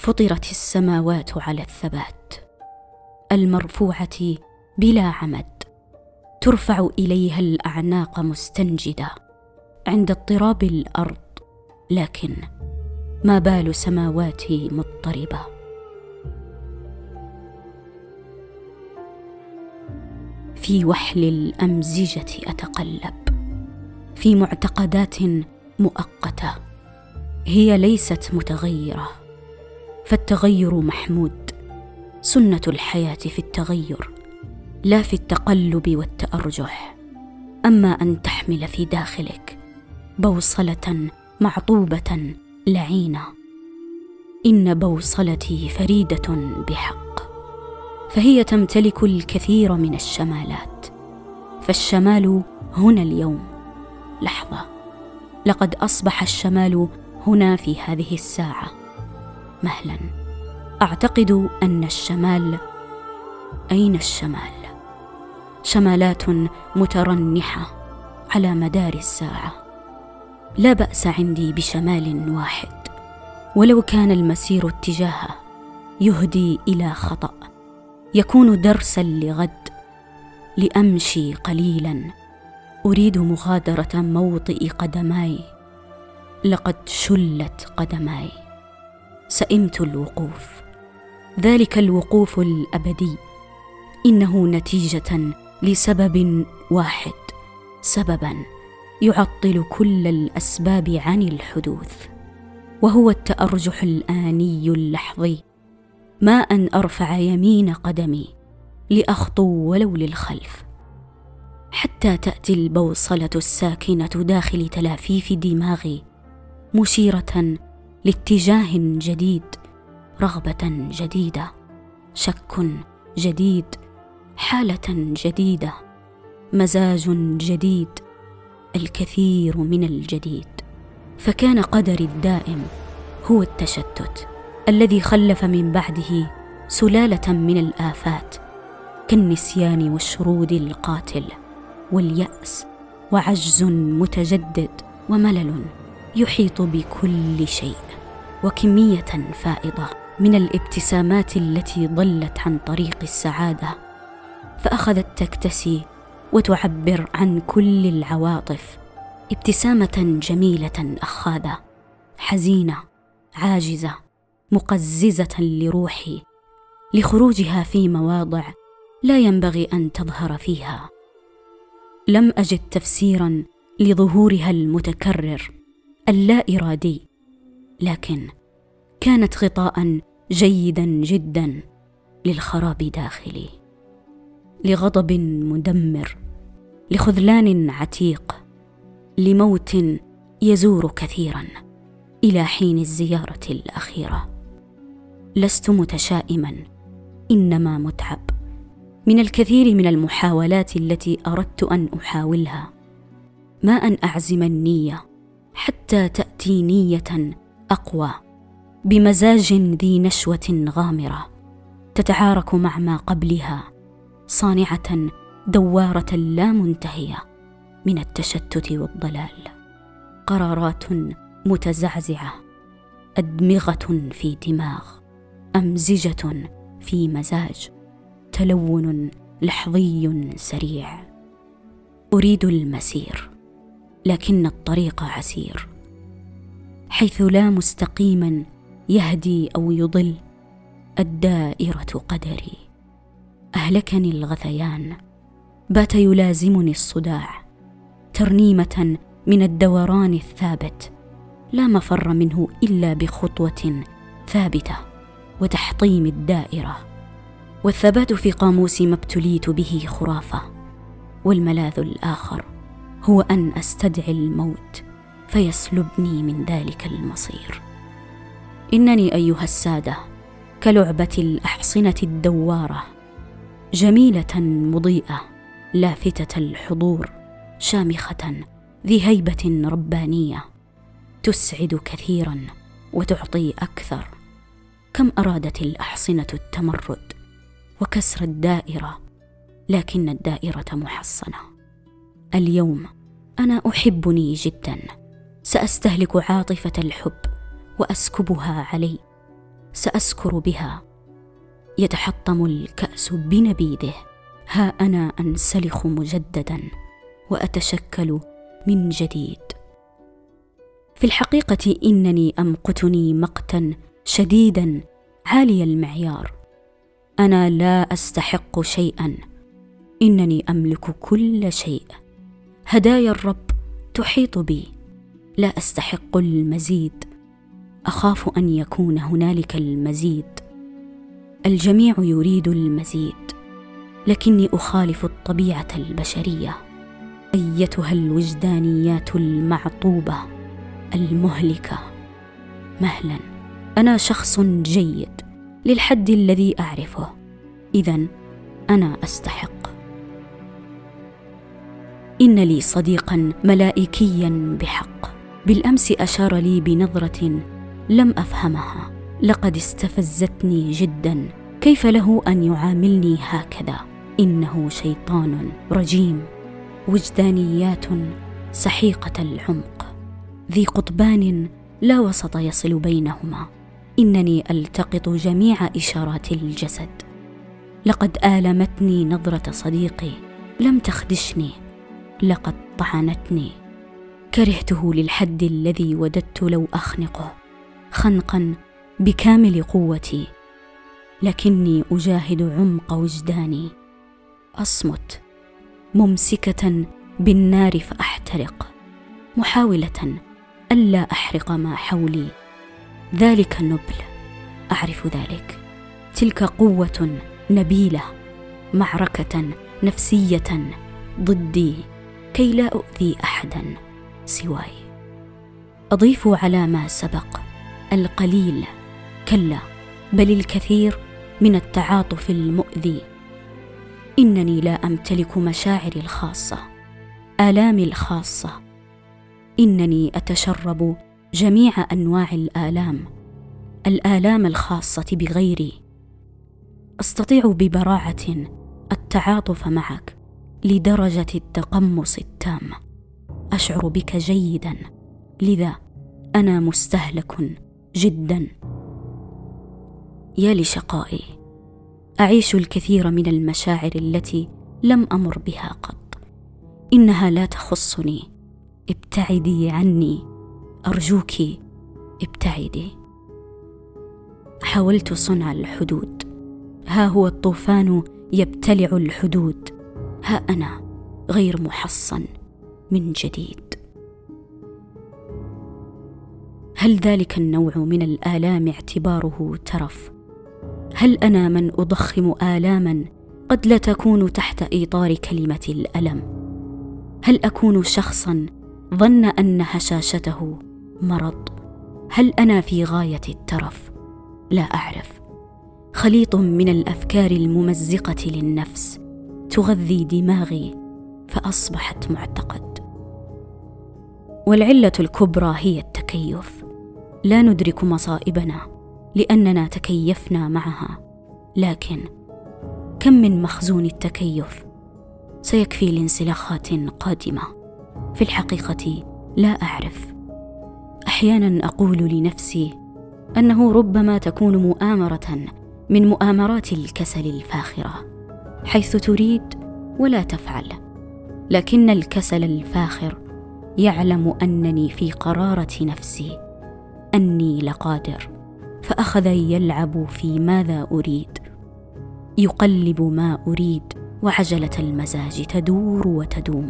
فطرت السماوات على الثبات المرفوعة بلا عمد، ترفع إليها الأعناق مستنجدة عند اضطراب الأرض، لكن ما بال سماواتي مضطربة. في وحل الأمزجة أتقلب، في معتقدات مؤقتة هي ليست متغيرة، فالتغير محمود، سنة الحياة في التغير لا في التقلب والتأرجح. أما أن تحمل في داخلك بوصلة معطوبة لعينة، إن بوصلتي فريدة بحق، فهي تمتلك الكثير من الشمالات، فالشمال هنا اليوم لحظة، لقد أصبح الشمال هنا في هذه الساعة مهلا. أعتقد أن الشمال، أين الشمال؟ شمالات مترنحة على مدار الساعة. لا بأس عندي بشمال واحد، ولو كان المسير اتجاهه يهدي إلى خطأ، يكون درسا لغد. لأمشي قليلا، أريد مغادرة موطئ قدماي، لقد شلت قدماي. سئمت الوقوف، ذلك الوقوف الأبدي إنه نتيجة لسبب واحد، سببا يعطل كل الأسباب عن الحدوث، وهو التأرجح الآني اللحظي. ما أن أرفع يمين قدمي لأخطو ولو للخلف، حتى تأتي البوصلة الساكنة داخل تلافيف دماغي مشيرة لاتجاه جديد، رغبة جديدة، شك جديد، حالة جديدة، مزاج جديد، الكثير من الجديد. فكان قدري الدائم هو التشتت الذي خلف من بعده سلالة من الآفات، كالنسيان والشرود القاتل واليأس وعجز متجدد وملل يحيط بكل شيء، وكمية فائضة من الابتسامات التي ضلت عن طريق السعادة، فأخذت تكتسي وتعبر عن كل العواطف. ابتسامة جميلة أخاذة، حزينة، عاجزة، مقززة لروحي، لخروجها في مواضع لا ينبغي أن تظهر فيها. لم أجد تفسيرا لظهورها المتكرر اللا إرادي، لكن كانت غطاء جيدا جدا للخراب داخلي، لغضب مدمر، لخذلان عتيق، لموت يزور كثيرا إلى حين الزيارة الأخيرة. لست متشائما، إنما متعب من الكثير من المحاولات التي أردت أن أحاولها. ما أن أعزم النية حتى تأتي نية أقوى، بمزاج ذي نشوة غامرة تتعارك مع ما قبلها، صانعة دوارة لا منتهية من التشتت والضلال. قرارات متزعزعة، أدمغة في دماغ، أمزجة في مزاج، تلون لحظي سريع. أريد المسير، لكن الطريق عسير، حيث لا مستقيما يهدي أو يضل. الدائرة قدري، أهلكني الغثيان، بات يلازمني الصداع، ترنيمة من الدوران الثابت، لا مفر منه إلا بخطوة ثابتة وتحطيم الدائرة. والثبات في قاموس ما ابتليت به خرافة، والملاذ الآخر هو أن أستدعي الموت فيسلبني من ذلك المصير. إنني أيها السادة كلعبة الأحصنة الدوارة، جميلة مضيئة لافتة الحضور، شامخة ذي هيبة ربانية، تسعد كثيرا وتعطي أكثر. كم أرادت الأحصنة التمرد وكسر الدائرة، لكن الدائرة محصنة. اليوم أنا أحبني جدا، سأستهلك عاطفة الحب وأسكبها علي، سأسكر بها. يتحطم الكأس بنبيذه، ها أنا أنسلخ مجددا وأتشكل من جديد. في الحقيقة إنني أمقتني مقتا شديدا عالي المعيار. أنا لا أستحق شيئا، إنني أملك كل شيء. هدايا الرب تحيط بي، لا أستحق المزيد، أخاف أن يكون هنالك المزيد. الجميع يريد المزيد، لكني أخالف الطبيعة البشرية. أيتها الوجدانيات المعطوبة المهلكة، مهلا، أنا شخص جيد للحد الذي أعرفه، إذن أنا أستحق. إن لي صديقا ملائكيا بحق، بالأمس أشار لي بنظرة لم أفهمها. لقد استفزتني جدا، كيف له أن يعاملني هكذا؟ إنه شيطان رجيم، وجدانيات سحيقة العمق، ذي قطبان لا وسط يصل بينهما. إنني ألتقط جميع إشارات الجسد. لقد آلمتني نظرة صديقي، لم تخدشني، لقد طعنتني. كرهته للحد الذي وددت لو أخنقه خنقا بكامل قوتي، لكني أجاهد عمق وجداني. أصمت ممسكة بالنار فأحترق، محاولة ألا أحرق ما حولي. ذلك نبل، أعرف ذلك. تلك قوة نبيلة، معركة نفسية ضدي كي لا أؤذي أحدا سواي. أضيف على ما سبق القليل، كلا بل الكثير من التعاطف المؤذي. إنني لا أمتلك مشاعري الخاصة، آلامي الخاصة. إنني أتشرب جميع أنواع الآلام الخاصة بغيري. أستطيع ببراعة التعاطف معك لدرجة التقمص التام. أشعر بك جيدا، لذا أنا مستهلك جدا. يا لشقائي، أعيش الكثير من المشاعر التي لم أمر بها قط. إنها لا تخصني. ابتعدي عني، أرجوك ابتعدي. حاولت صنع الحدود، ها هو الطوفان يبتلع الحدود. ها أنا غير محصن من جديد. هل ذلك النوع من الآلام اعتباره ترف؟ هل أنا من أضخم آلاما قد لا تكون تحت إطار كلمة الألم؟ هل أكون شخصا ظن أن هشاشته مرض؟ هل أنا في غاية الترف؟ لا أعرف. خليط من الأفكار الممزقة للنفس تغذي دماغي فأصبحت معتقد. والعلة الكبرى هي التكيف. لا ندرك مصائبنا لأننا تكيفنا معها، لكن كم من مخزون التكيف سيكفي لانسلاخات قادمة؟ في الحقيقة لا أعرف. أحيانا أقول لنفسي أنه ربما تكون مؤامرة من مؤامرات الكسل الفاخرة، حيث تريد ولا تفعل. لكن الكسل الفاخر يعلم أنني في قرارة نفسي، أني لقادر، فأخذ يلعب في ماذا أريد، يقلب ما أريد، وعجلة المزاج تدور وتدوم.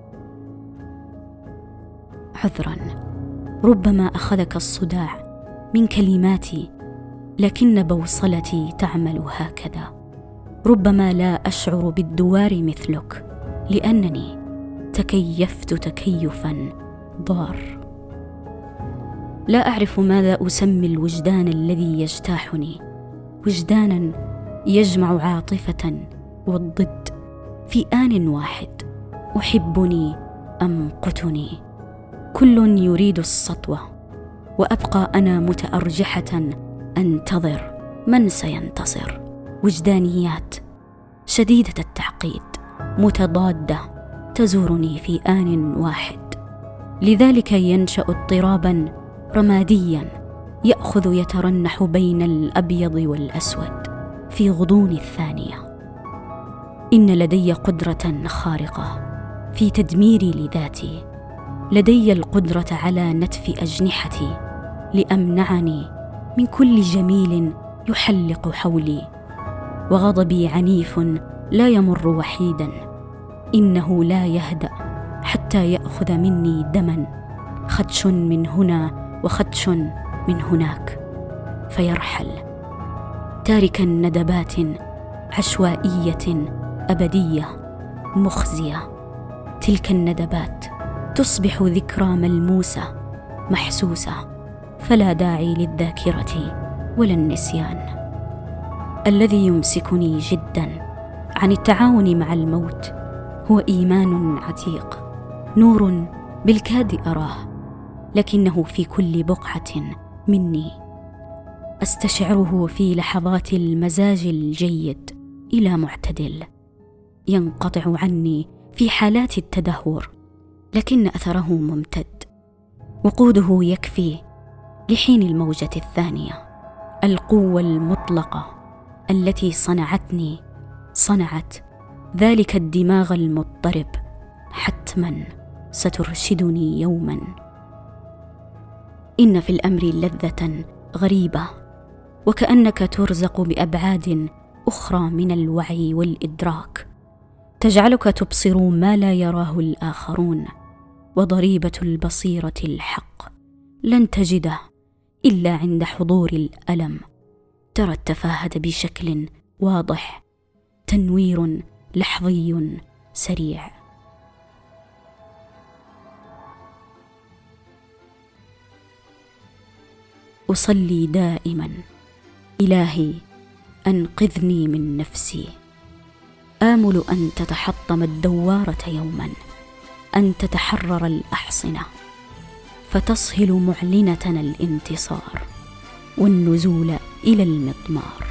عذرا، ربما أخذك الصداع من كلماتي، لكن بوصلتي تعمل هكذا. ربما لا أشعر بالدوار مثلك، لأنني تكيفت تكيفا ضار. لا أعرف ماذا أسمي الوجدان الذي يجتاحني. وجدانا يجمع عاطفة والضد في آن واحد. أحبني أمقتني. كل يريد السطوة، وأبقى أنا متأرجحة أنتظر من سينتصر. وجدانيات شديدة التعقيد، متضادة، تزورني في آن واحد. لذلك ينشأ اضطرابا رماديا يأخذ يترنح بين الأبيض والأسود في غضون الثانية. إن لدي قدرة خارقة في تدميري لذاتي، لدي القدرة على نتف أجنحتي لأمنعني من كل جميل يحلق حولي. وغضبي عنيف لا يمر وحيدا، إنه لا يهدأ حتى يأخذ مني دما، خدش من هنا وخدش من هناك، فيرحل تاركا ندبات عشوائية أبدية مخزية. تلك الندبات تصبح ذكرى ملموسة محسوسة، فلا داعي للذاكرة ولا النسيان. الذي يمسكني جدا عن التعاون مع الموت هو إيمان عتيق، نور بالكاد أراه، لكنه في كل بقعة مني. أستشعره في لحظات المزاج الجيد إلى معتدل، ينقطع عني في حالات التدهور، لكن أثره ممتد. وقوده يكفي لحين الموجة الثانية. القوة المطلقة التي صنعتني صنعت ذلك الدماغ المضطرب، حتما سترشدني يوما. إن في الأمر لذة غريبة، وكأنك ترزق بأبعاد أخرى من الوعي والإدراك، تجعلك تبصر ما لا يراه الآخرون. وضريبة البصيرة الحق لن تجده إلا عند حضور الألم. ترى التفاهة بشكل واضح، تنوير لحظي سريع. أصلي دائما: إلهي أنقذني من نفسي. آمل أن تتحطم الدوارة يوما، أن تتحرر الأحصنة، فتصهل معلنة الانتصار والنزول إلى المضمار.